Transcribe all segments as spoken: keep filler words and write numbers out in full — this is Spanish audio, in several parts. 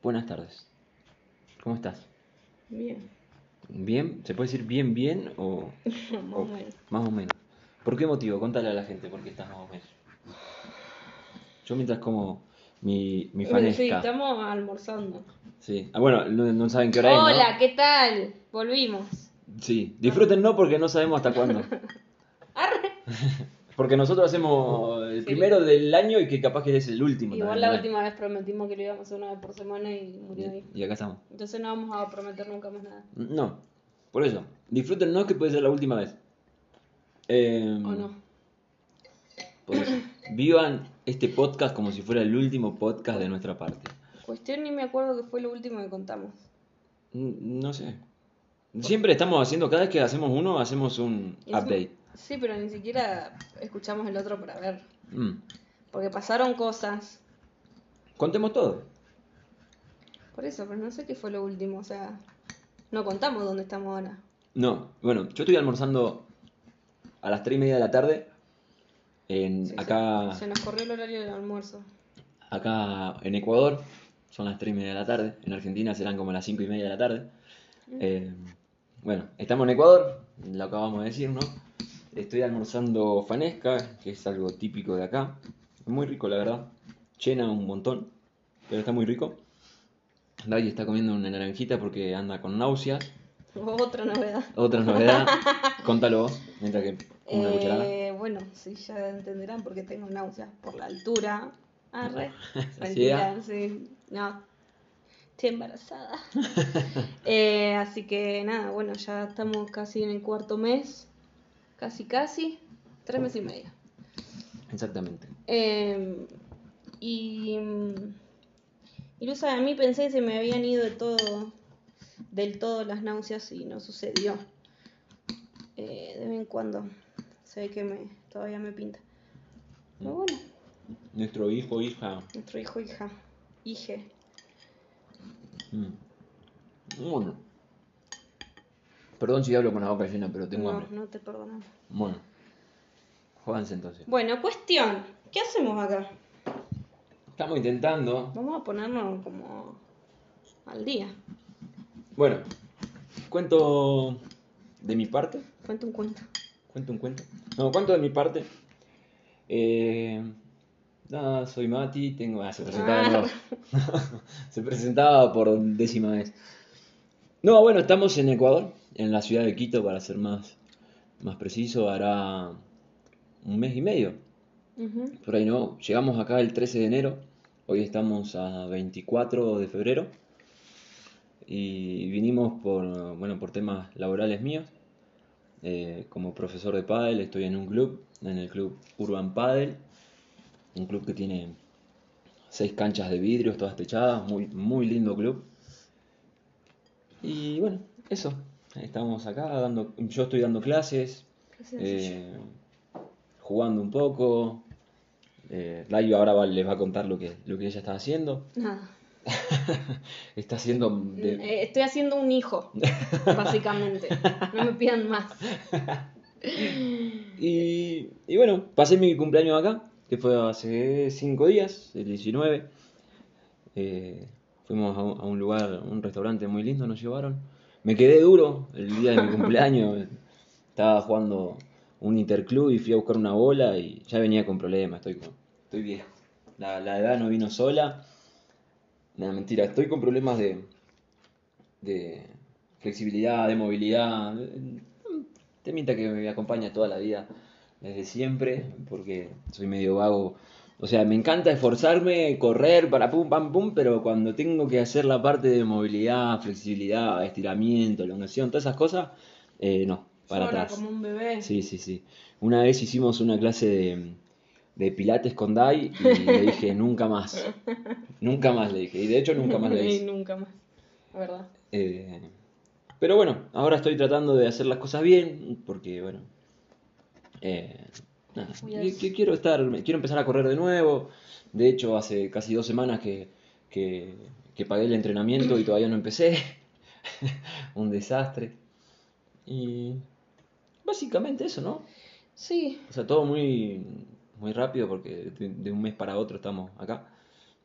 Buenas tardes. ¿Cómo estás? Bien. ¿Bien? ¿Se puede decir bien, bien o, Más o o menos. más o menos? ¿Por qué motivo? Contale a la gente por qué estás más o menos. Yo mientras como mi, mi Sí, fanesca. estamos almorzando. Sí. Ah, bueno, no, no saben qué hora es, Hola, ¿no? ¿qué tal? Volvimos. Sí. Disfruten no porque no sabemos hasta cuándo. Arre. Porque nosotros hacemos el Sí. primero del año y que capaz que es el último Igual también la del año. última vez prometimos que lo íbamos a hacer una vez por semana y murió ahí. Y, y acá estamos. Entonces no vamos a prometer nunca más nada. No, por eso. Disfruten no que puede ser la última vez. Eh, ¿O no? Por eso. Vivan este podcast como si fuera el último podcast de nuestra parte. Cuestión ni me acuerdo que fue lo último que contamos. N- No sé. Siempre estamos haciendo, cada vez que hacemos uno, hacemos un Y encima- update. Sí, pero ni siquiera escuchamos el otro para ver. Mm. Porque pasaron cosas. Contemos todo. Por eso, pero no sé qué fue lo último. O sea, no contamos dónde estamos ahora. No, bueno, yo estoy almorzando a las tres y media de la tarde. En, Sí, acá, se, se nos corrió el horario del almuerzo. acá en Ecuador son las tres y media de la tarde. En Argentina serán como las cinco y media de la tarde. Eh, bueno, estamos en Ecuador, lo acabamos de decir, ¿no? Estoy almorzando fanesca, que es algo típico de acá. Muy rico, la verdad. Llena un montón, pero está muy rico. Dai está comiendo una naranjita porque anda con náuseas. Otra novedad. Otra novedad, contalo vos, mientras que como una cucharada. Eh, bueno, sí, ya entenderán por qué tengo náuseas por la altura. Arre. ¿Saciedad? Mentira, sí. No. Estoy embarazada. Eh, así que nada, bueno, ya estamos casi en el cuarto mes. Casi, casi. Tres meses y medio. Exactamente. Eh, y. Y Luz, a mí pensé que se me habían ido de todo, del todo las náuseas y no sucedió. Eh, de vez en cuando se ve que me, todavía me pinta. Pero bueno, Nuestro hijo, hija. nuestro hijo, hija, hije. Mm. Bueno. Perdón si hablo con la boca llena, pero tengo No, hambre. no te perdonamos. Bueno, jódanse entonces. Bueno, cuestión. ¿Qué hacemos acá? Estamos intentando. Vamos a ponernos como al día. Bueno, cuento de mi parte. Cuenta un cuento. Cuento un cuento. No, cuento de mi parte. Eh, nada, soy Mati, tengo. Ah, se presentaba de nuevo. Se presentaba por décima vez. No, bueno, estamos en Ecuador, en la ciudad de Quito, para ser más, más preciso, hará un mes y medio. Ujú. Por ahí no, llegamos acá el trece de enero, hoy estamos a veinticuatro de febrero y vinimos por, bueno, por temas laborales míos. Eh, como profesor de pádel estoy en un club, en el club Urban Padel, un club que tiene seis canchas de vidrios, todas techadas, muy, muy lindo club. Y bueno, eso, estamos acá dando, yo estoy dando clases, Qué sencillo. eh, jugando un poco. Eh, Laio ahora va- les va a contar lo que, lo que ella está haciendo. Nada. Está haciendo de... Eh, Estoy haciendo un hijo, básicamente. No me pidan más. Y, y bueno, pasé mi cumpleaños acá, que fue hace cinco días, el diecinueve. Eh, fuimos a un, a un lugar, a un restaurante muy lindo, nos llevaron. Me quedé duro el día de mi cumpleaños. Estaba jugando un interclub y fui a buscar una bola y ya venía con problemas. Estoy, con- estoy viejo. La, la edad no vino sola. No, mentira, estoy con problemas de, de flexibilidad, de movilidad. Temita que me acompaña toda la vida, desde siempre, porque soy medio vago. O sea, me encanta esforzarme, correr para pum, pam, pum, pero cuando tengo que hacer la parte de movilidad, flexibilidad, estiramiento, elongación, todas esas cosas, eh, no, para Llora atrás. como un bebé. Sí, sí, sí. Una vez hicimos una clase de, de pilates con Dai y le dije nunca más. Nunca más le dije. Y de hecho nunca más lo Y hice. nunca más. La verdad. Eh, pero bueno, ahora estoy tratando de hacer las cosas bien, porque bueno, eh, nada, Voy a- que- que quiero estar, quiero empezar a correr de nuevo. De hecho, hace casi dos semanas que, que, que pagué el entrenamiento y todavía no empecé. Un desastre. Y básicamente eso, ¿no? Sí. O sea, todo muy, muy rápido porque de, de un mes para otro estamos acá.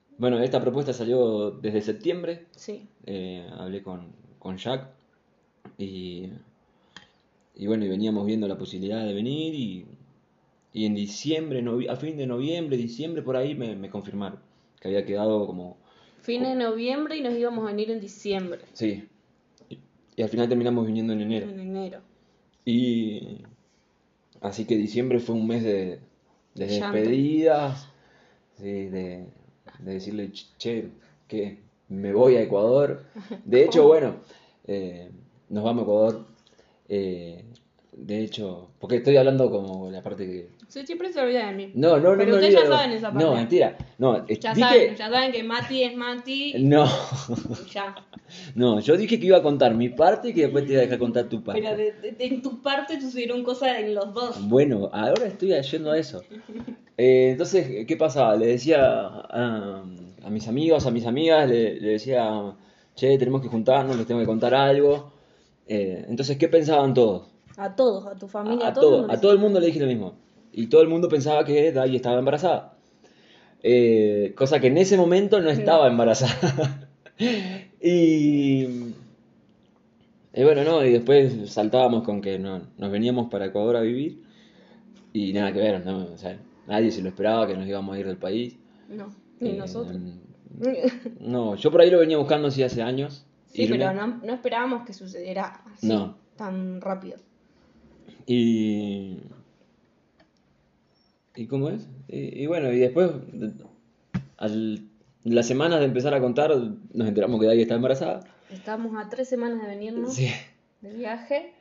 Bueno, esta propuesta salió desde septiembre. Sí. Eh, hablé con, con Jack y, y bueno, y veníamos viendo la posibilidad de venir y, y en diciembre, novi- a fin de noviembre, diciembre, por ahí me, me confirmaron que había quedado como... Fin de noviembre y nos íbamos a venir en diciembre. Sí, y, y al final terminamos viniendo en enero. En enero. Y así que diciembre fue un mes de, de Llanto. despedidas, sí, de, de decirle, che, que me voy a Ecuador. De hecho, bueno, eh, nos vamos a Ecuador. eh, de hecho, porque estoy hablando como la parte que... Sí, siempre se olvida de mí. No, no, no Pero me ustedes ya olvido. saben esa parte. No, mentira. No, eh, Ya dije... saben, ya saben que Mati es Mati. No, Y ya. no, yo dije que iba a contar mi parte y que después te iba a dejar contar tu parte. Pero de, de- de- en tu parte sucedieron cosas en los dos. Bueno, ahora estoy yendo a eso. Eh, entonces, ¿qué pasaba? Le decía a, a mis amigos, a mis amigas, le, le decía, che, tenemos que juntarnos, les tengo que contar algo. Eh, entonces, ¿qué pensaban todos? A todos, a tu familia, A, a, a todo el todo, mundo. a todo el mundo le dije lo mismo. Y todo el mundo pensaba que Dai estaba embarazada. Eh, cosa que en ese momento no estaba No. embarazada. y, y bueno, no, y después saltábamos con que no, nos veníamos para Ecuador a vivir. Y nada que ver, ¿no? O sea, nadie se lo esperaba que nos íbamos a ir del país. No, ni Eh, nosotros. No, yo por ahí lo venía buscando así hace años. Sí, irme. pero no, no esperábamos que sucediera así, No. tan rápido. Y. ¿Y cómo es? Y, y bueno, y después, al, las semanas de empezar a contar, nos enteramos que Dai está embarazada. Estábamos a tres semanas de venirnos Sí. de viaje.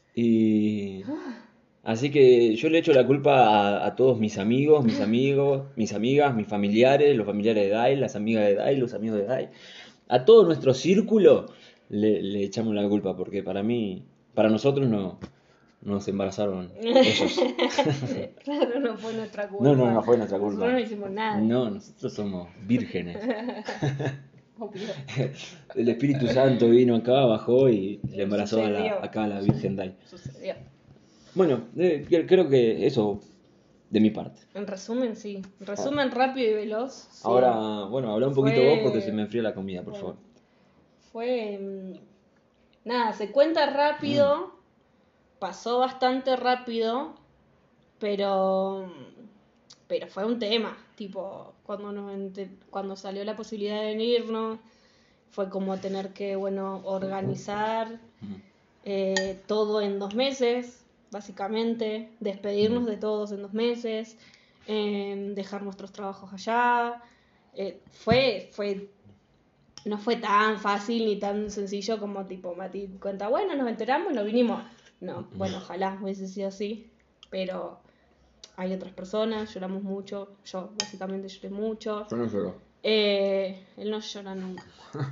Y. Así que yo le echo la culpa a, a todos mis amigos, mis amigos, mis amigas, mis familiares, los familiares de Dai, las amigas de Dai, los amigos de Dai. A todo nuestro círculo le, le echamos la culpa, porque para mí, para nosotros no nos embarazaron ellos. Claro, no fue nuestra culpa. No, no, no fue nuestra culpa. Nosotros no hicimos nada. No, nosotros somos vírgenes. Obvio. El Espíritu Santo vino acá, bajó y le embarazó a la, Sucedió. acá a la Virgen Dai. Sucedió. Bueno, eh, creo que eso de mi parte. En resumen, sí. En resumen rápido y veloz. Sí. Ahora, bueno, habla un poquito Fue- vos porque se me enfría la comida, por Bueno. favor. Fue. mm, Nada, se cuenta rápido. Pasó bastante rápido. Pero. Pero fue un tema. Tipo, cuando, nos ente- cuando salió la posibilidad de venirnos. Fue como tener que, bueno, organizar Mm. eh, todo en dos meses, básicamente. Despedirnos Mm. de todos en dos meses. eh, dejar nuestros trabajos allá. Eh, fue, fue, no fue tan fácil ni tan sencillo como tipo Mati cuenta, bueno, nos enteramos y nos vinimos. No, bueno, ojalá hubiese sido así, pero hay otras personas, lloramos mucho, yo básicamente lloré mucho. Yo no lloro. Eh, él no llora nunca.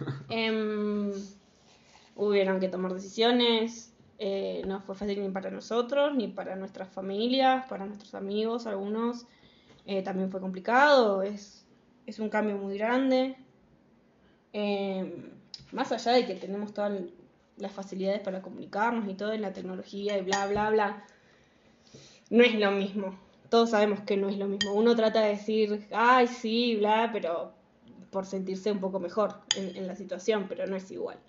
Em, hubieron que tomar decisiones. eh, no fue fácil ni para nosotros, ni para nuestras familias, para nuestros amigos, algunos. Eh, también fue complicado. Es, es un cambio muy grande. Em, más allá de que tenemos todas las facilidades para comunicarnos y todo en la tecnología y bla, bla, bla. No es lo mismo. Todos sabemos que no es lo mismo. Uno trata de decir, ay, sí, bla, pero por sentirse un poco mejor en, en la situación, pero no es igual.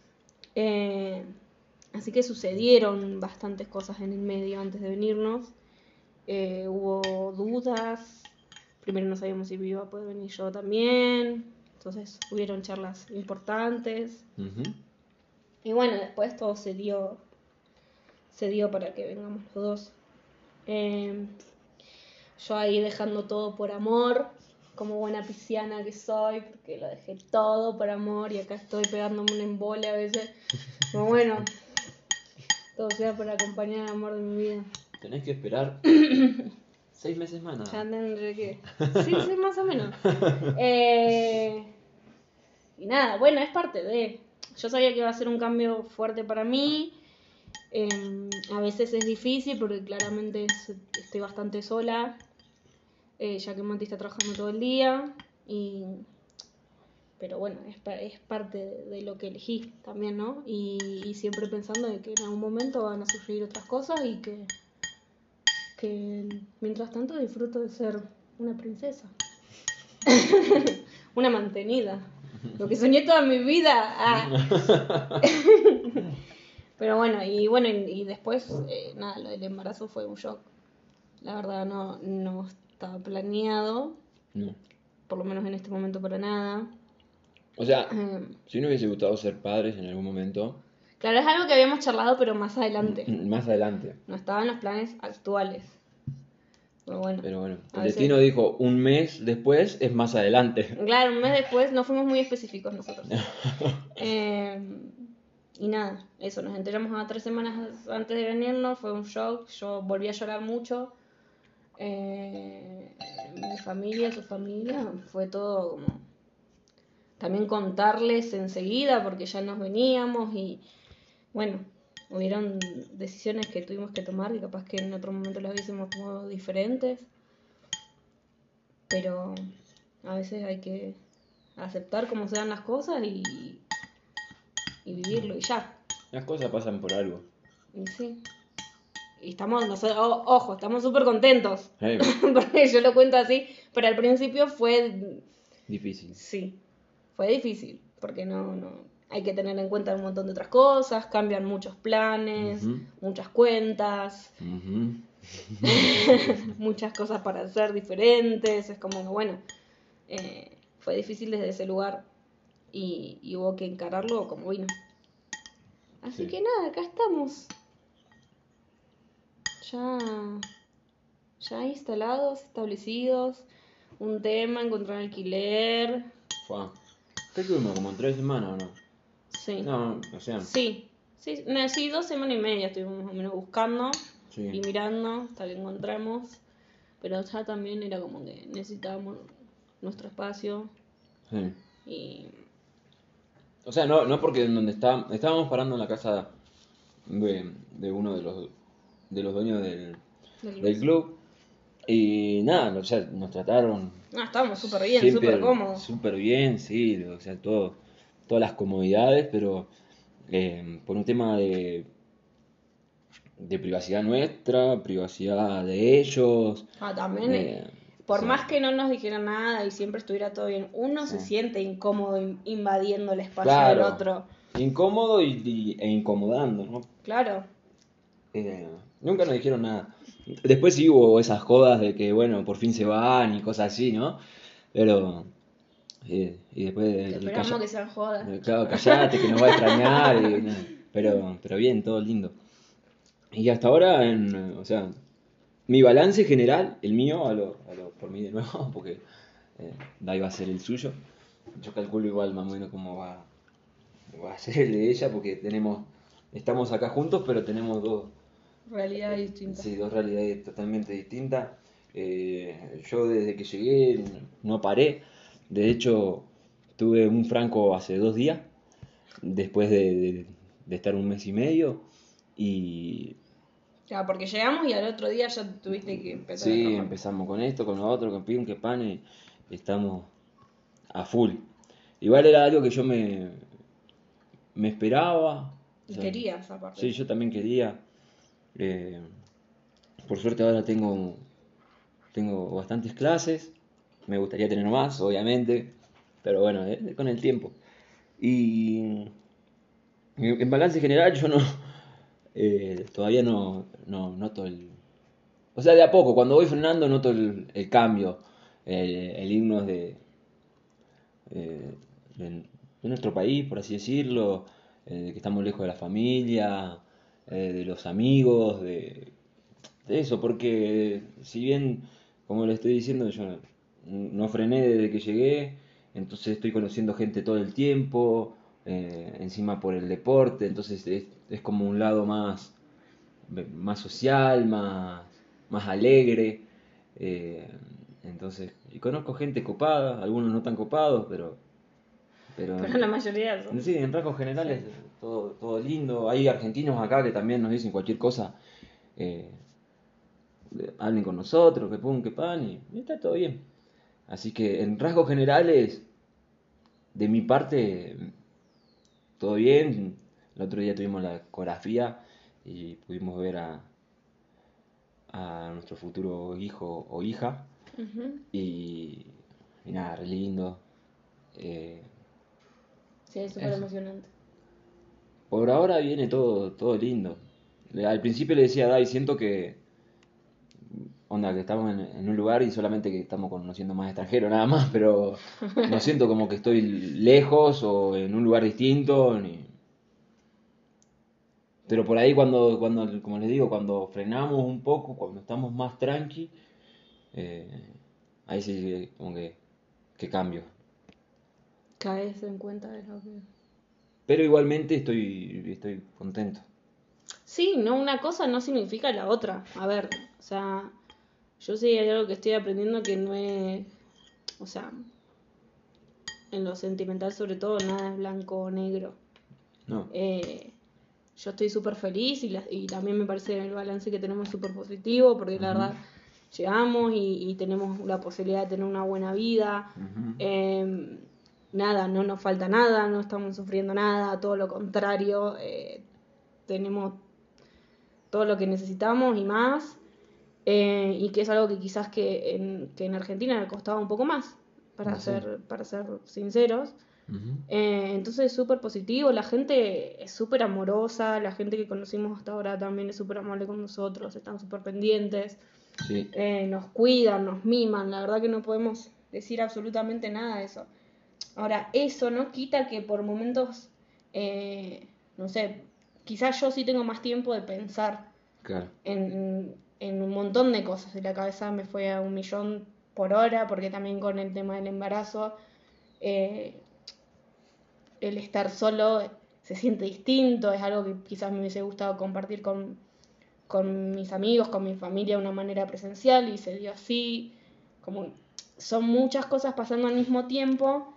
Eh, así que sucedieron bastantes cosas en el medio antes de venirnos. Eh, hubo dudas. Primero no sabíamos si iba a poder venir yo también. Entonces hubieron charlas importantes. Ujú. Y bueno, después todo se dio, se dio para que vengamos los dos. Eh, yo ahí dejando todo por amor, como buena pisciana que soy, porque lo dejé todo por amor y acá estoy pegándome un embole a veces. Pero bueno, todo sea por acompañar el amor de mi vida. Tenés que esperar seis meses más nada. Ya tendré que... Sí, sí, más o menos. Eh, y nada, bueno, es parte de... Yo sabía que iba a ser un cambio fuerte para mí. Eh, a veces es difícil porque claramente es- estoy bastante sola, eh, ya que Mati está trabajando todo el día. Y... Pero bueno, es, pa- es parte de, de lo que elegí también, ¿no? Y, y siempre pensando de que en algún momento van a surgir otras cosas y que, que mientras tanto disfruto de ser una princesa. una mantenida. Lo que soñé toda mi vida. Ah. Pero bueno, y bueno, y, y después, eh, nada, lo del embarazo fue un shock. La verdad no, no estaba planeado, No. por lo menos en este momento para nada. O sea, Eh, si no hubiese gustado ser padres en algún momento, claro, es algo que habíamos charlado, pero más adelante. m- más adelante. No estaba en los planes actuales. Pero bueno, Pero bueno, a el veces... destino dijo un mes después es más adelante. Claro, un mes después no fuimos muy específicos nosotros. Eh, y nada, eso, nos enteramos a tres semanas antes de venirnos, fue un shock, yo volví a llorar mucho. Eh, mi familia, su familia, fue todo como... También contarles enseguida porque ya nos veníamos y bueno, hubieron decisiones que tuvimos que tomar que capaz que en otro momento las hubiésemos tomado diferentes. Pero a veces hay que aceptar cómo se dan las cosas y, y vivirlo y ya. Las cosas pasan por algo. Y sí. Y estamos, nosotros, o- ojo, estamos súper contentos. Hey, Porque yo lo cuento así, pero al principio fue, difícil. sí, fue difícil. Porque no, no, hay que tener en cuenta un montón de otras cosas, cambian muchos planes, Ujú. muchas cuentas, Ujú. muchas cosas para hacer diferentes. Es como que, bueno, eh, fue difícil desde ese lugar y, y hubo que encararlo como vino. Así Sí. que nada, acá estamos. Ya, ya instalados, establecidos. Un tema, encontrar alquiler. Fua. ¿Qué tuvimos? ¿Como tres semanas o no? Sí. No, o sea, Sí. Sí, no, sí, dos semanas y media estuvimos más o menos buscando sí. y mirando hasta que encontramos. Pero ya también era como que necesitábamos nuestro espacio Sí. y... O sea, no, no porque en donde está, estábamos parando en la casa de, de uno de los, de los dueños del, del del club. Y nada, o sea, nos trataron No, estábamos súper bien, siempre súper cómodos. súper bien, sí, o sea, todo, todas las comodidades, pero eh, por un tema de, de privacidad nuestra, privacidad de ellos. Ah, también, eh, eh, por o sea, más que no nos dijeran nada y siempre estuviera todo bien, uno se sí. siente incómodo in- invadiendo el espacio del Claro, otro. incómodo y, y- e incomodando, ¿no? Claro, Eh, nunca nos dijeron nada. Después sí hubo esas jodas de que, bueno, por fin se van y cosas así, ¿no? Pero, eh, y después, que el esperamos calla- que sean jodas. eh, claro, callate, que nos va a extrañar, y, no, pero, pero bien, todo lindo. Y hasta ahora, en, eh, o sea, mi balance general, el mío, hablo, hablo por mí de nuevo, porque eh, Dai va a ser el suyo. Yo calculo igual más o menos cómo va, va a ser el de ella, porque tenemos, estamos acá juntos, pero tenemos dos, Realidad distinta. sí, dos realidades totalmente distintas. Eh, yo desde que llegué no paré. De hecho, tuve un franco hace dos días, después de, de- de estar un mes y medio. Y Claro, porque llegamos y al otro día ya tuviste que empezar a sí, trabajar. empezamos con esto, con lo otro, con pim, que pan, y estamos a full. Igual era algo que yo me, me esperaba. O Y sea, querías, aparte. sí, yo también quería. Eh, por suerte ahora tengo, tengo bastantes clases. Me gustaría tener más, obviamente. Pero bueno, eh, con el tiempo. Y en balance general yo no... eh, todavía no, no noto el... O sea, de a poco, cuando voy frenando noto el, el cambio. El, el himno de, eh, de, de nuestro país, por así decirlo. eh, de que estamos lejos de la familia, eh, de los amigos, de, de eso. Porque si bien, como le estoy diciendo, yo no frené desde que llegué, entonces estoy conociendo gente todo el tiempo, eh, encima por el deporte, entonces es, es como un lado más, más social, más, más alegre. eh, entonces, y conozco gente copada, algunos no tan copados, pero, pero Pero la mayoría son. sí, en rasgos generales Sí. todo, todo lindo. Hay argentinos acá que también nos dicen cualquier cosa. eh, Hablen con nosotros, que pum, que pan, y, y está todo bien. Así que en rasgos generales, de mi parte, todo bien. El otro día tuvimos la ecografía y pudimos ver a, a nuestro futuro hijo o hija. Ujú. Y, y nada, re lindo. Eh, Sí, es súper eso. emocionante. Por ahora viene todo, todo lindo. Le- Al principio le decía a Dai, siento que, onda, que estamos en, en un lugar y solamente que estamos conociendo más extranjeros, nada más, pero no siento como que estoy lejos o en un lugar distinto, ni... Pero por ahí cuando, cuando, como les digo, cuando frenamos un poco, cuando estamos más tranqui, eh, ahí sí como que, que cambio. Caes en cuenta de lo que... Pero igualmente estoy, estoy contento. Sí, no, una cosa no significa la otra. A ver, o sea, yo sí hay algo que estoy aprendiendo que no es, o sea, en lo sentimental sobre todo, nada es blanco o negro. No. Eh, yo estoy súper feliz y, la- y también me parece el balance que tenemos súper positivo porque la Ujú, verdad llegamos y, y tenemos la posibilidad de tener una buena vida. ujú. Eh, nada, no nos falta nada, no estamos sufriendo nada, todo lo contrario, eh, tenemos todo lo que necesitamos y más. Eh, y que es algo que quizás que en, que en Argentina me costaba un poco más, para Sí. ser, para ser sinceros. Ujú. Eh, entonces es súper positivo, la gente es súper amorosa, la gente que conocimos hasta ahora también es súper amable con nosotros, están súper pendientes, Sí. eh, nos cuidan, nos miman, la verdad que no podemos decir absolutamente nada de eso. Ahora, eso no quita que por momentos, eh, no sé, quizás yo sí tengo más tiempo de pensar Claro. en, en un montón de cosas y la cabeza me fue a un millón por hora porque también con el tema del embarazo eh, el estar solo se siente distinto, es algo que quizás me hubiese gustado compartir con, con mis amigos, con mi familia de una manera presencial y se dio así, como son muchas cosas pasando al mismo tiempo.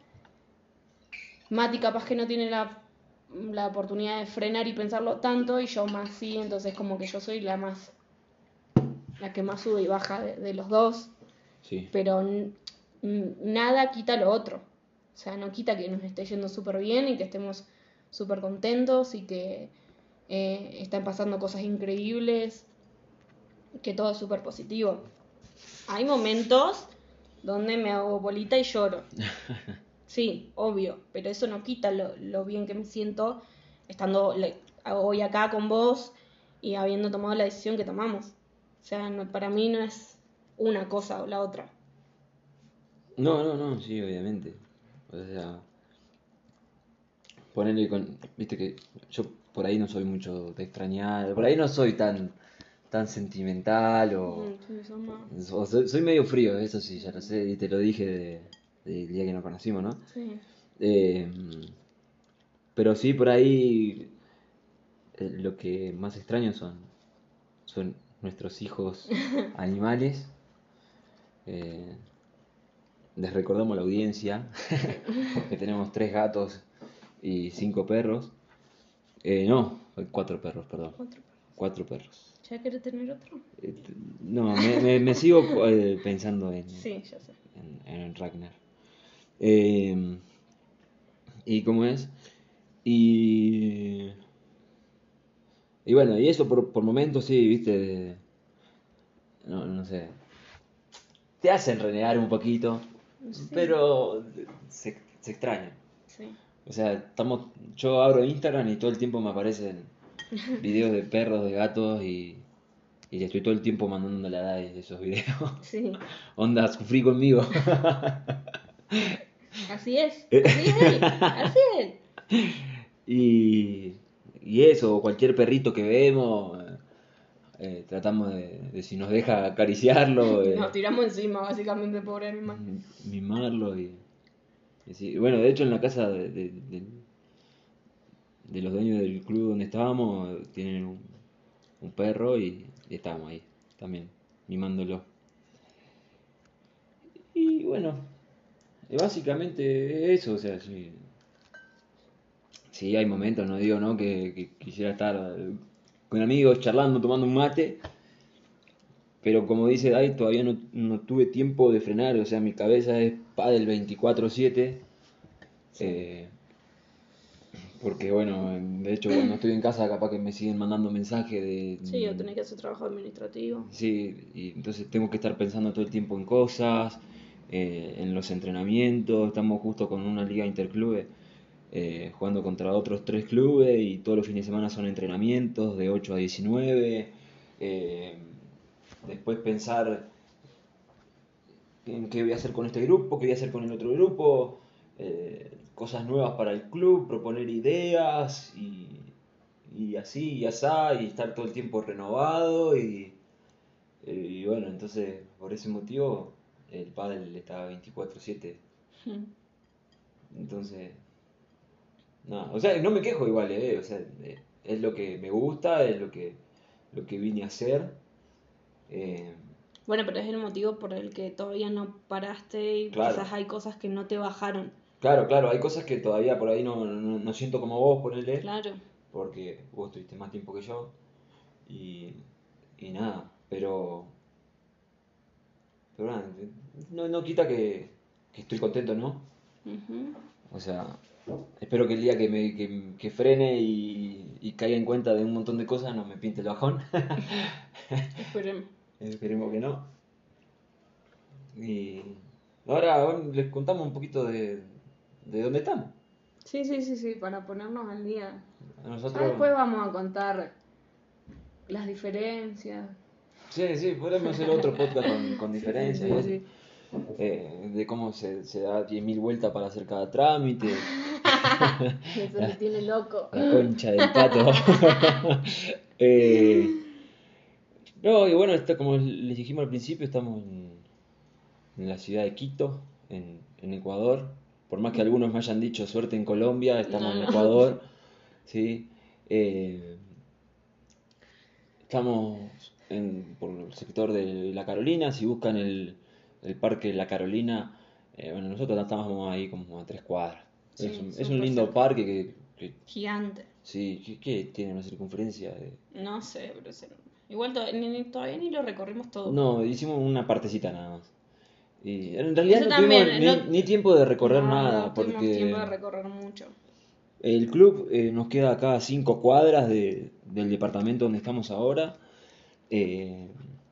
Mati capaz que no tiene la, la oportunidad de frenar y pensarlo tanto y yo más sí, entonces como que yo soy la más la que más sube y baja de, de los dos, Sí. pero n- n- nada quita lo otro. O sea, no quita que nos esté yendo súper bien y que estemos súper contentos y que eh, están pasando cosas increíbles, que todo es súper positivo. Hay momentos donde me hago bolita y lloro. Sí, obvio, pero eso no quita lo, lo bien que me siento estando le- hoy acá con vos y habiendo tomado la decisión que tomamos. O sea, no- para mí no es una cosa o la otra. No, no, no, sí, obviamente. O sea, ponerle con. Viste que yo por ahí no soy mucho de extrañar, por ahí no soy tan, tan sentimental o. Mm, sí, son más- o soy, soy medio frío, eso sí, ya lo sé, y te lo dije de- del día que nos conocimos, ¿no? Sí. Eh, pero sí, por ahí eh, lo que más extraño son, son nuestros hijos animales. Eh, Les recordamos a la audiencia que tenemos tres gatos y cinco perros. Eh, no, cuatro perros, perdón. Cuatro. Cuatro perros. ¿Ya querés tener otro? Eh, t- no, me, me- me sigo eh, pensando en, Sí, ya sé. en, en Ragnar. Eh, ¿Y cómo es? Y, y bueno, y eso por, por momentos sí, viste. No, no sé. Te hacen renegar un poquito, Sí, pero se, se extraña. sí. O sea, estamos, yo abro Instagram y todo el tiempo me aparecen videos de perros, de gatos y, y le estoy todo el tiempo mandándole a Dai esos videos. Sí. Onda, sufrí conmigo. Así es. Así es él. Así es él. Y, y eso, cualquier perrito que vemos, eh, tratamos de, de si nos deja acariciarlo, Nos eh, tiramos encima, básicamente, pobre animal. mimarlo. Y, y sí. Bueno, de hecho en la casa de, de- de- de los dueños del club donde estábamos, tienen un, un perro y, y estábamos ahí también, mimándolo. Y bueno, eh, básicamente eso, o sea, sí, sí hay momentos, no digo, ¿no? Que, que quisiera estar eh, con amigos charlando, tomando un mate, pero como dice Dai, todavía no, no tuve tiempo de frenar, o sea, mi cabeza es pádel veinticuatro siete, Sí. eh, porque bueno, de hecho cuando estoy en casa capaz que me siguen mandando mensajes de... Sí, o tenés que hacer trabajo administrativo. Sí, y entonces tengo que estar pensando todo el tiempo en cosas, eh, en los entrenamientos, estamos justo con una liga interclubes, eh, jugando contra otros tres clubes y todos los fines de semana son entrenamientos de ocho a diecinueve. Eh, después pensar en qué voy a hacer con este grupo, qué voy a hacer con el otro grupo, eh, cosas nuevas para el club, proponer ideas y, y así y asá, y estar todo el tiempo renovado y, y bueno, entonces por ese motivo el pádel está veinticuatro siete. Entonces, nada, o sea, no me quejo igual, eh, o sea, eh, es lo que me gusta, es lo que, lo que vine a hacer. Eh, Bueno, pero es el motivo por el que todavía no paraste y Claro. quizás hay cosas que no te bajaron. claro, claro, hay cosas que todavía por ahí no, no, no siento como vos, ponele, Claro. porque vos tuviste más tiempo que yo y, y nada, pero, pero nada, no, no quita que, que estoy contento, ¿no? Ujú. O sea, espero que el día que me que, que frene y, y caiga en cuenta de un montón de cosas no me pinte el bajón. Esperemos. Esperemos que no. Y ahora bueno, les contamos un poquito de, de dónde estamos. Sí, sí, sí, sí, para ponernos al día. A Ya nosotros. después vamos a contar las diferencias. Sí, sí, podemos hacer otro podcast con, con Sí, diferencias. sí, y sí, eso. Eh, de cómo se, se da diez mil vueltas para hacer cada trámite. Eso me tiene loco. La concha del pato. Eh, no, y bueno, esto, como les dijimos al principio, estamos en, en la ciudad de Quito, en, en Ecuador. Por más que algunos me hayan dicho suerte en Colombia, estamos No, en no. Ecuador. ¿Sí? Eh, estamos en, por el sector de La Carolina. Si buscan el, el parque La Carolina, eh, bueno, nosotros estamos ahí como a tres cuadras. Sí, es, un, es súper un lindo cerca. parque que, que Gigante. sí, que, que tiene una circunferencia de... No sé, pero es enorme. Igual to- ni- ni- todavía ni lo recorrimos todo. No, hicimos una partecita nada más. Y en realidad Eso no tuvimos también, ni, no, ni tiempo de recorrer no, nada, no tuvimos tiempo de porque recorrer mucho. el club eh, nos queda acá a cinco cuadras de- del departamento donde estamos ahora. Eh,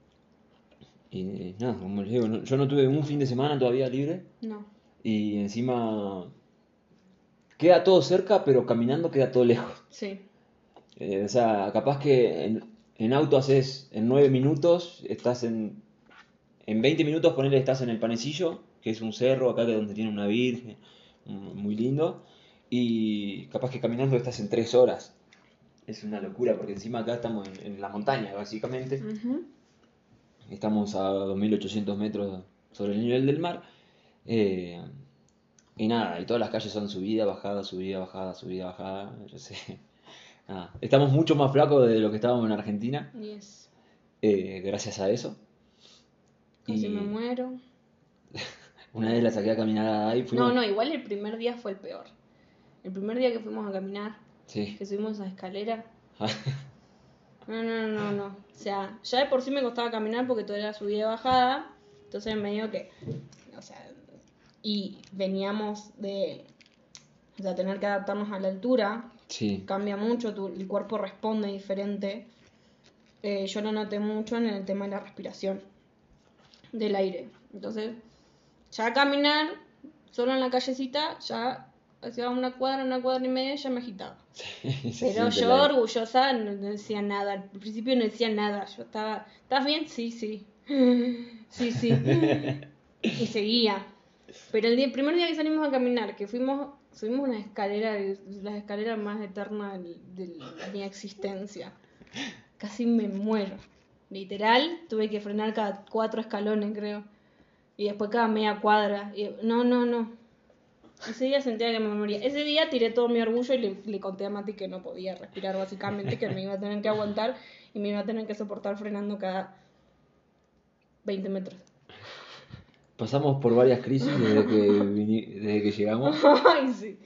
y nada, como les digo, no- yo no tuve un fin de semana todavía libre. No. Y encima queda todo cerca, pero caminando queda todo lejos. Sí. Eh, o sea, capaz que en, en auto haces en nueve minutos, estás en, en veinte minutos, ponele, estás en el Panecillo, que es un cerro acá que donde tiene una virgen, un- muy lindo, y capaz que caminando estás en tres horas. Es una locura, porque encima acá estamos en, en la montaña, básicamente. Ujú. Estamos a dos mil ochocientos metros sobre el nivel del mar. Eh, y nada, y todas las calles son subida, bajada, subida, bajada, subida, bajada. Yo sé. Nada, estamos mucho más flacos de lo que estábamos en Argentina, Yes. eh, gracias a eso. Casi Y me muero. una vez la saqué a caminar ahí, fuimos. No, no, igual el primer día fue el peor. El primer día que fuimos a caminar, Sí. que subimos esa escalera. No, no, no, no. O sea, ya de por sí me costaba caminar porque todo era subida y bajada. Entonces medio que, o sea, y veníamos de, o sea, tener que adaptarnos a la altura. Sí. Cambia mucho, tu, el cuerpo responde diferente. Eh, yo lo noté mucho en el tema de la respiración, del aire. Entonces, ya caminar, solo en la callecita, ya hacía una cuadra, una cuadra y media, ya me agitaba. Se Pero siente yo, la- orgullosa, no, no decía nada. Al principio no decía nada. Yo estaba, ¿estás bien? Sí, sí. Sí, sí. Y seguía. Pero el, día, el primer día que salimos a caminar, que fuimos, subimos una escalera, de- las escaleras más eternas de, de mi existencia. Casi me muero. Literal, tuve que frenar cada cuatro escalones, creo. Y después cada media cuadra. Y, no, no, no. Ese día sentía que me moría. Ese día tiré todo mi orgullo y le, le conté a Mati que no podía respirar, básicamente, que me iba a tener que aguantar y me iba a tener que soportar frenando cada veinte metros. Pasamos por varias crisis desde que, vini- desde que llegamos. Ay, sí.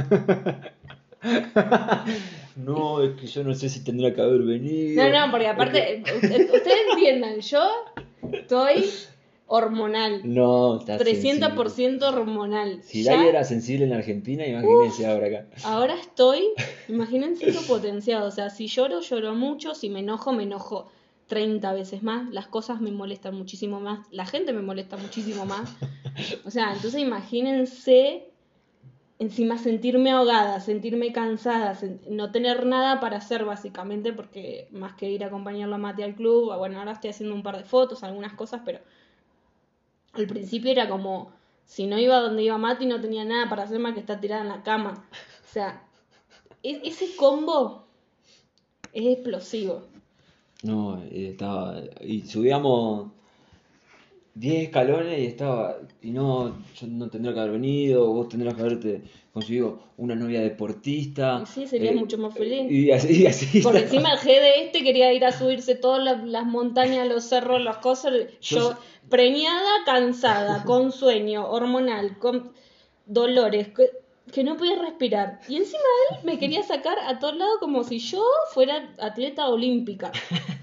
No, es que yo no sé si tendría que haber venido. No, no, porque aparte, usted- ustedes entiendan, yo estoy hormonal. No, está trescientos por sensible. ciento hormonal. Si Ya- Dai era sensible en Argentina, imagínense ahora acá. Ahora estoy, imagínense eso potenciado. O sea, si lloro, lloro mucho. Si me enojo, me enojo treinta veces más, las cosas me molestan muchísimo más, la gente me molesta muchísimo más. O sea, entonces imagínense encima sentirme ahogada, sentirme cansada, sen- no tener nada para hacer básicamente, porque más que ir a acompañarlo a Mati al club, bueno, ahora estoy haciendo un par de fotos, algunas cosas, pero al principio era como, si no iba donde iba Mati no tenía nada para hacer más que estar tirada en la cama. O sea, e- ese combo es explosivo. No, y estaba. Y subíamos diez escalones y estaba. Y no, yo no tendría que haber venido, vos tendrías que haberte conseguido una novia deportista. Y sí, serías eh, mucho más feliz. y así, y así Porque estaba. encima el G de este quería ir a subirse todas las, las montañas, los cerros, las cosas. Yo, Yo, preñada, cansada, con sueño, hormonal, con dolores, que, que no podía respirar. Y encima él me quería sacar a todos lados como si yo fuera atleta olímpica.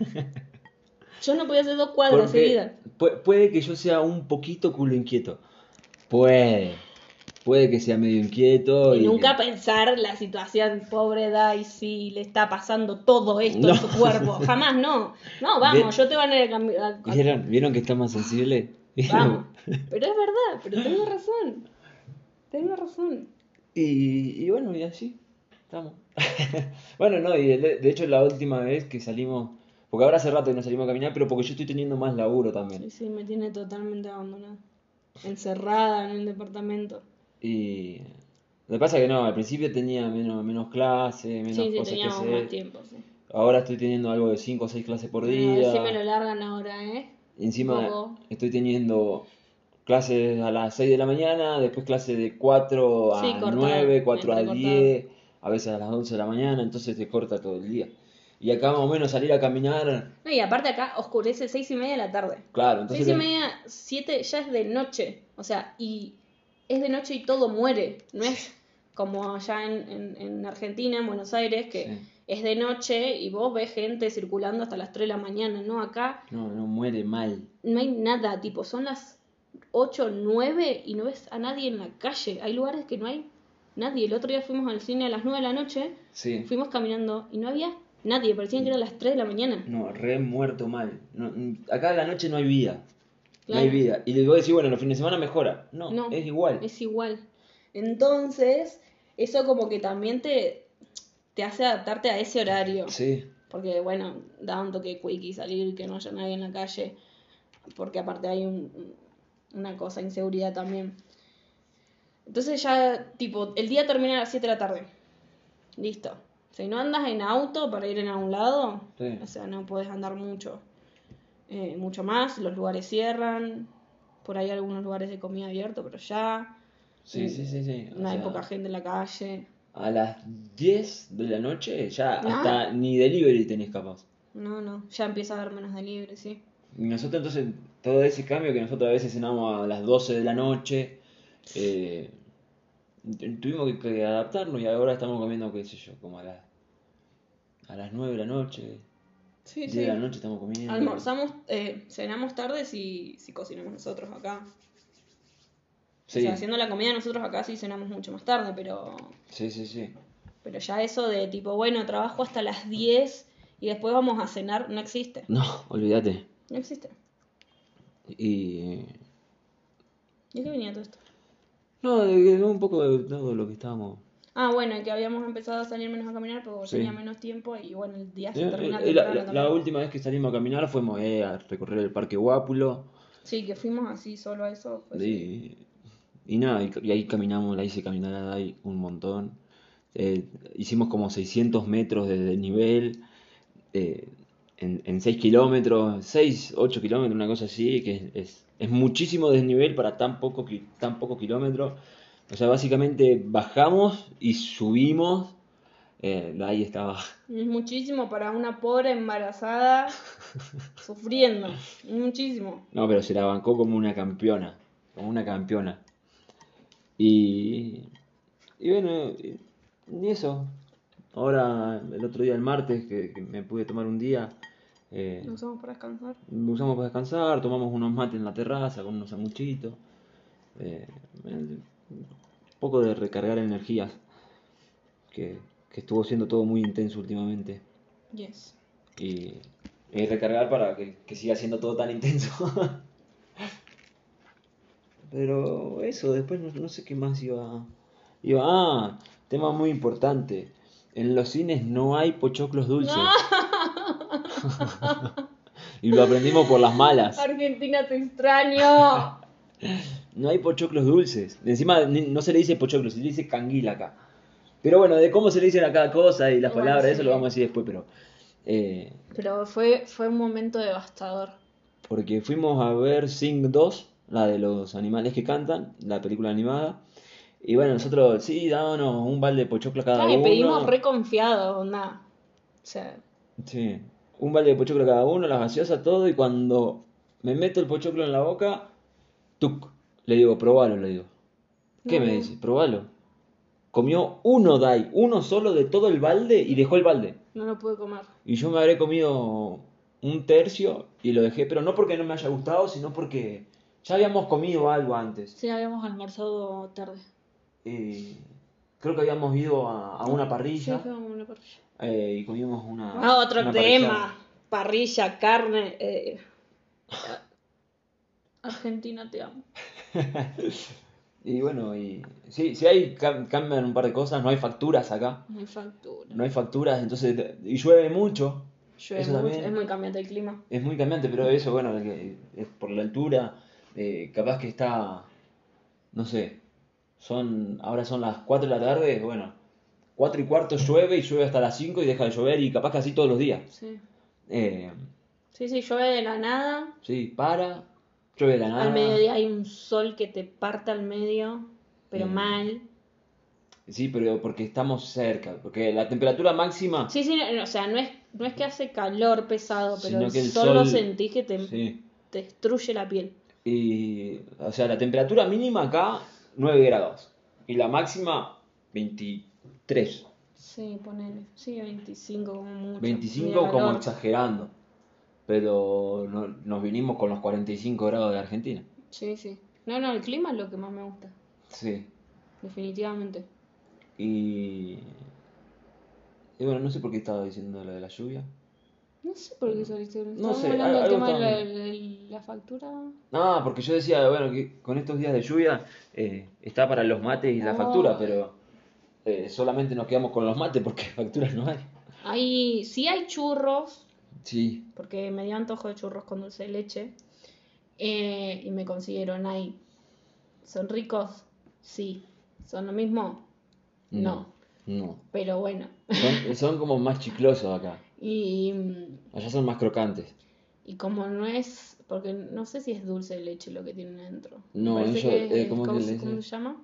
Yo no podía hacer dos cuadras seguidas. porque pu- puede que yo sea un poquito culo inquieto. Puede. Puede que sea medio inquieto Y y nunca que. pensar la situación, pobre Daisy, le está pasando todo esto No. en su cuerpo. Jamás, no. No, Ve- vamos, yo te van a ir a, cami- a- a- ¿Vieron, ¿Vieron que está más sensible? Vamos. Pero es verdad, pero tengo razón. Tengo razón. Y, y bueno, y así estamos. Bueno, no, y de, de hecho la última vez que salimos, porque ahora hace rato que no salimos a caminar, pero porque yo estoy teniendo más laburo también. Sí, sí, me tiene totalmente abandonada. Encerrada en el departamento. Y lo que pasa es que no, al principio tenía menos, menos clases, menos Sí, sí, cosas que teníamos más hacer. tiempo, sí. Ahora estoy teniendo algo de cinco o seis clases por Bueno, a ver si me día. lo largan ahora, ¿eh? Y encima Bobo. estoy teniendo clases a las seis de la mañana, después clases de cuatro Sí, a cortado, nueve cuatro a entrecortado. diez a veces a las once de la mañana, entonces te corta todo el día. Y acá más o menos salir a caminar, No, y aparte acá oscurece seis y media de la tarde. claro, entonces Seis y lo- media, siete, ya es de noche. O sea, y es de noche y todo muere. No es como allá en, en, en Argentina, en Buenos Aires, que sí, es de noche y vos ves gente circulando hasta las tres de la mañana. No, acá no, no muere mal. no hay nada. Tipo, son las ocho, nueve y no ves a nadie en la calle. Hay lugares que no hay nadie. El otro día fuimos al cine a las nueve de la noche, Sí, fuimos caminando y no había nadie. Parecían que eran las tres de la mañana. no, re muerto mal. No, acá a la noche no hay vida, no hay Claro. vida. Y le voy a decir, bueno, los fines de semana mejora. No, No, es igual. es igual. Entonces, eso como que también te, te hace adaptarte a ese horario. Sí, Porque, bueno, da un toque quickie salir, que no haya nadie en la calle. Porque aparte hay un, una cosa, inseguridad también. Entonces ya, tipo, el día termina a las siete de la tarde. Listo. Si no andas en auto para ir en algún lado, sí. o sea, no puedes andar mucho. Eh, mucho más, los lugares cierran. Por ahí algunos lugares de comida abierto, pero ya. Sí, sí, sí, sí. O No hay sea, poca gente en la calle. a las diez de la noche ya No, hasta ni delivery tenés capaz. no, no. Ya empieza a haber menos delivery, sí. Y nosotros entonces, todo ese cambio que nosotros a veces cenamos a las doce de la noche, eh, tuvimos que, que adaptarnos y ahora estamos comiendo, qué sé yo, como a las, a las nueve de la noche, Sí, diez sí. de la noche estamos comiendo. Almorzamos, eh, cenamos tarde si, si cocinamos nosotros acá. Sí, O sea, haciendo la comida nosotros acá sí cenamos mucho más tarde, pero, sí, sí, sí. pero ya eso de tipo, bueno, trabajo hasta las diez y después vamos a cenar, no existe. No, olvídate. No existe. Y... ¿Y qué venía todo esto? No, de, de un poco de todo lo que estábamos... Ah, bueno, y que habíamos empezado a salir menos a caminar porque Sí. tenía menos tiempo y bueno, el día se Eh, termina eh, la, temprano la- también. la última vez que salimos a caminar fuimos eh, a recorrer el Parque Guápulo. Sí, que fuimos así solo a eso. Pues sí. Y, y nada, y, y ahí caminamos, la hice caminar ahí un montón. Eh, hicimos como seiscientos metros de desnivel eh, en, en seis kilómetros, seis ocho kilómetros, una cosa así, que es, es, es muchísimo desnivel para tan poco, ki- tan poco kilómetros. O sea, básicamente bajamos y subimos. Eh, ahí estaba. Es muchísimo para una pobre embarazada sufriendo. Muchísimo. No, pero se la bancó como una campeona. Como una campeona. Y, y bueno, y, y eso. Ahora, el otro día, el martes, que, que me pude tomar un día, eh, Lo usamos para descansar. lo usamos para descansar, tomamos unos mates en la terraza con unos sanguchitos. Eh, un poco de recargar energías, que, que estuvo siendo todo muy intenso últimamente. Yes. Y, Y recargar para que, que siga siendo todo tan intenso. Pero eso, después no, no sé qué más iba. Iba. Ah, tema muy importante. En los cines no hay pochoclos dulces. Y lo aprendimos por las malas. Argentina, te extraño. No hay pochoclos dulces. Encima ni- no se le dice pochoclo, se le dice canguil acá. Pero bueno, de cómo se le dicen a cada cosa y las Bueno, palabras, sí. eso lo vamos a decir después, pero. eh, Pero fue, fue un momento devastador. porque fuimos a ver Sing dos, la de los animales que cantan, la película animada. Y bueno, nosotros, sí, dábamos un balde de pochoclo a cada Claro, y uno. pedimos reconfiado, onda. O sea, Sí, un balde de pochoclo a cada uno, las gaseosas, todo. Y cuando me meto el pochoclo en la boca, tuc, le digo, probalo, le digo. ¿Qué no, me no. dice? Probalo. Comió uno Dai, uno solo de todo el balde y dejó el balde. No lo pude comer. Y yo me habré comido un tercio y lo dejé, pero no porque no me haya gustado, sino porque ya habíamos comido algo antes. Sí, habíamos almorzado tarde. Eh, creo que habíamos ido a, a una parrilla Sí, fuimos a una parrilla. eh, y comimos una. Ah, otro una tema. Parrilla, carne. eh. Argentina, te amo. Y bueno, y sí, sí hay, cam- cambian un par de cosas, no hay facturas acá, No hay factura. no hay facturas, entonces, y llueve mucho, Llueve eso mucho, también. es muy cambiante el clima. Es muy cambiante, pero eso, bueno, que es por la altura, eh, capaz que está, no sé, son, ahora son las cuatro de la tarde, bueno, cuatro y cuarto llueve y llueve hasta las cinco y deja de llover y capaz que así todos los días. Sí. Eh, Sí, sí, llueve de la nada. sí, para, llueve de la nada. Al mediodía hay un sol que te parte al medio, pero Eh, mal. Sí, pero porque estamos cerca, porque la temperatura máxima, Sí, sí, no, o sea, no es, no es que hace calor pesado, pero sino el que el sol lo sol, sentís que te, sí. te destruye la piel. Y, o sea, la temperatura mínima acá, nueve grados. Y la máxima, veintitrés. Sí, ponele. Sí, veinticinco como mucho. veinticinco Media como calor. exagerando. Pero no- nos vinimos con los cuarenta y cinco grados de Argentina. Sí, sí. No, no, el clima es lo que más me gusta. Sí. Definitivamente. Y, y bueno, no sé por qué estaba diciendo lo de la lluvia. No sé por qué saliste. No Estábamos sé, hablando del algo tema de la, estaba- de la factura. Ah, porque yo decía, bueno, que con estos días de lluvia eh, está para los mates y la factura, Ay. pero eh, solamente nos quedamos con los mates porque facturas no hay. Hay, sí hay churros, Sí, porque me dio antojo de churros con dulce de leche. eh, y me consiguieron ahí. ¿Son ricos? Sí. ¿Son lo mismo? No. no. Pero bueno. Son, son como más chiclosos acá. Y, mm, Allá son más crocantes. y como no es, porque no sé si es dulce de leche lo que tienen adentro. Me No, parece ellos, que eh, es, ¿cómo que ¿cómo, le se- dicen? cómo se llama?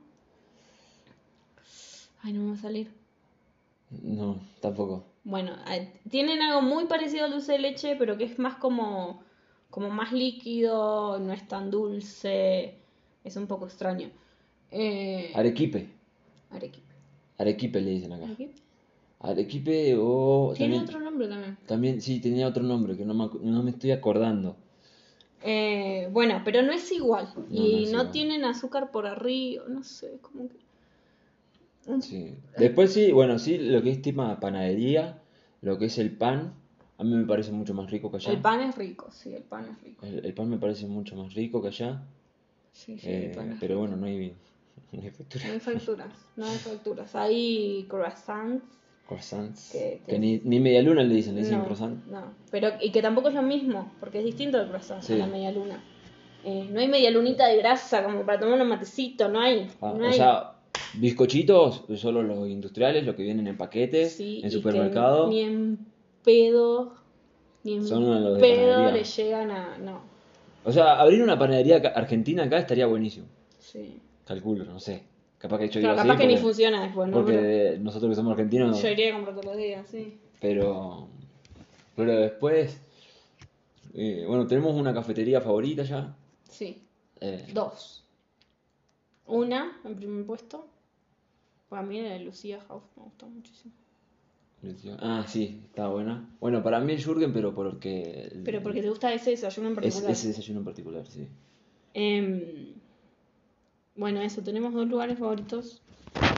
Ay, no me va a salir. No, tampoco. Bueno, eh, tienen algo muy parecido al dulce de leche, pero que es más como, como más líquido, no es tan dulce, es un poco extraño. Eh, Arequipe. Arequipe. Arequipe le dicen acá. ¿Arequipe? Arequipe o Tiene también, otro nombre también. también, sí, tenía otro nombre que no me, acu- no me estoy acordando. Eh, bueno, pero no es igual. No, y no es no igual. tienen azúcar por arriba, no sé, como que... Sí. Después sí, bueno, sí, lo que es tema panadería, lo que es el pan, a mí me parece mucho más rico que allá. El pan es rico, sí, el pan es rico. El, el pan me parece mucho más rico que allá. Sí, sí, Eh, el pan es pero rico. bueno, no hay, no hay factura. No hay facturas, no hay facturas. Hay croissants. Croissants. Que- Que, que- ni, ni media luna le dicen, le dicen No, croissant. no, pero y que tampoco es lo mismo, porque es distinto el croissant Sí. a la media luna. Eh, no hay media lunita de grasa como para tomar un matecito, no hay. Ah, no o hay. sea, bizcochitos, solo los industriales, los que vienen en paquetes, Sí, en y supermercado. que ni en pedo, ni en Son los de pedo panadería. le llegan a. No, O sea, abrir una panadería acá- argentina acá estaría buenísimo. sí. Calculo, no sé. Capaz que yo Claro, digo capaz así que ni porque, funciona después, ¿no? porque nosotros que somos Pero argentinos, yo iría a comprar todos los días, sí. pero, pero después, eh, bueno, tenemos una cafetería favorita ya. Sí, Eh, dos. Una, en primer puesto. Para mí la de Lucía House me gusta muchísimo. ah, sí, está buena. Bueno, para mí el Jürgen, pero porque... el- Pero porque te gusta ese desayuno en es, particular. ese desayuno en particular, sí. Em, bueno, eso, tenemos dos lugares favoritos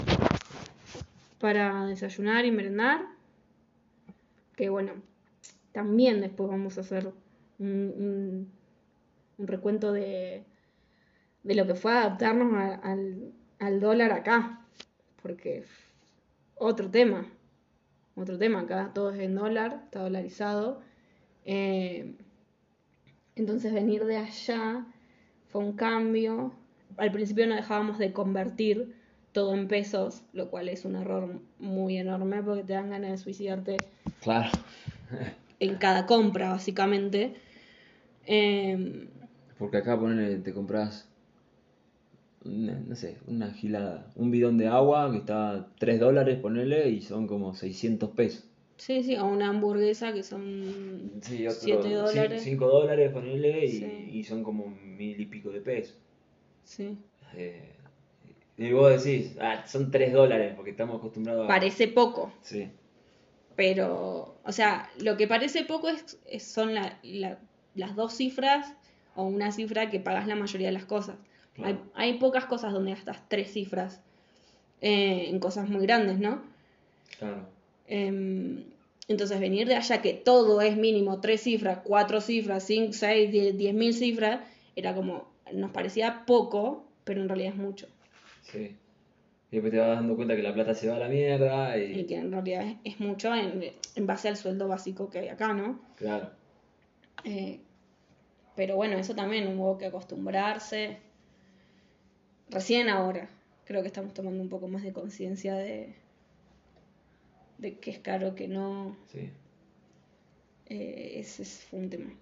para desayunar y merendar. Que bueno, también después vamos a hacer un, un, un recuento de, de lo que fue adaptarnos a, al, al dólar acá, porque otro tema, otro tema, acá todo es en dólar, está dolarizado, eh, entonces venir de allá fue un cambio. Al principio no dejábamos de convertir todo en pesos, lo cual es un error muy enorme porque te dan ganas de suicidarte. Claro. En cada compra, básicamente. Eh, Porque acá ponele, te compras, una- no sé, una gilada, un bidón de agua que está tres dólares, ponele, y son como seiscientos pesos. sí, sí, o una hamburguesa que son Sí, siete otro, dólares. cinco dólares, ponele, y, Sí. y son como mil y pico de pesos. Sí. Eh, y vos decís, ah, son tres dólares, porque estamos acostumbrados a... Parece poco, Sí, pero, o sea, lo que parece poco es, es- son la- la- las dos cifras o una cifra que pagas la mayoría de las cosas. claro. Hay, hay pocas cosas donde gastas tres cifras eh, en cosas muy grandes, ¿no? Claro. Em, entonces venir de allá que todo es mínimo tres cifras, cuatro cifras, cinco, seis, diez, diez mil cifras, era como, nos parecía poco, pero en realidad es mucho. Sí. Y después te vas dando cuenta que la plata se va a la mierda Y y... que en realidad es, es mucho en, en base al sueldo básico que hay acá, ¿no? Claro. Eh, pero bueno, eso también hubo que acostumbrarse. Recién ahora creo que estamos tomando un poco más de conciencia de, de que es caro, que no. Sí. Eh, ese fue un tema.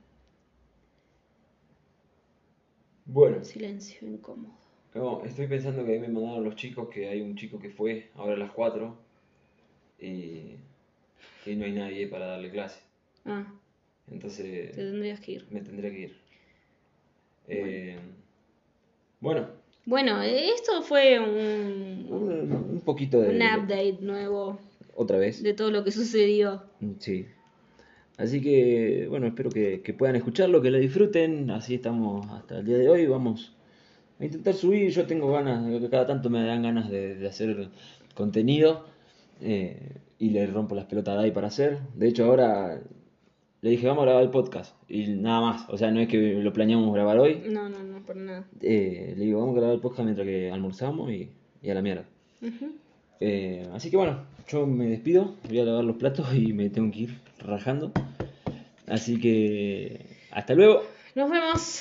Bueno, Silencio incómodo. no, estoy pensando que ahí me mandaron los chicos que hay un chico que fue ahora a las cuatro y, y no hay nadie para darle clase. Ah, Entonces te tendrías que ir. me tendré que ir. Bueno. Eh, bueno, Bueno, esto fue un, un, un poquito de... un de lo- update nuevo otra vez. de todo lo que sucedió. Sí. Así que, bueno, espero que, que puedan escucharlo, que lo disfruten. Así estamos hasta el día de hoy. Vamos a intentar subir. Yo tengo ganas, cada tanto me dan ganas de, de hacer contenido. eh, y le rompo las pelotas a Dai para hacer. De hecho, ahora le dije, vamos a grabar el podcast. Y nada más. O sea, no es que lo planeamos grabar hoy. No, no, no, por nada. Eh, le digo, vamos a grabar el podcast mientras que almorzamos y, y a la mierda. Ujú. Eh, así que bueno, yo me despido, voy a lavar los platos y me tengo que ir rajando. Así que hasta luego. Nos vemos.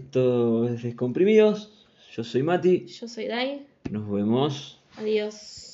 Esto es Descomprimidos. Yo soy Mati. Yo soy Dai. Nos vemos. Adiós.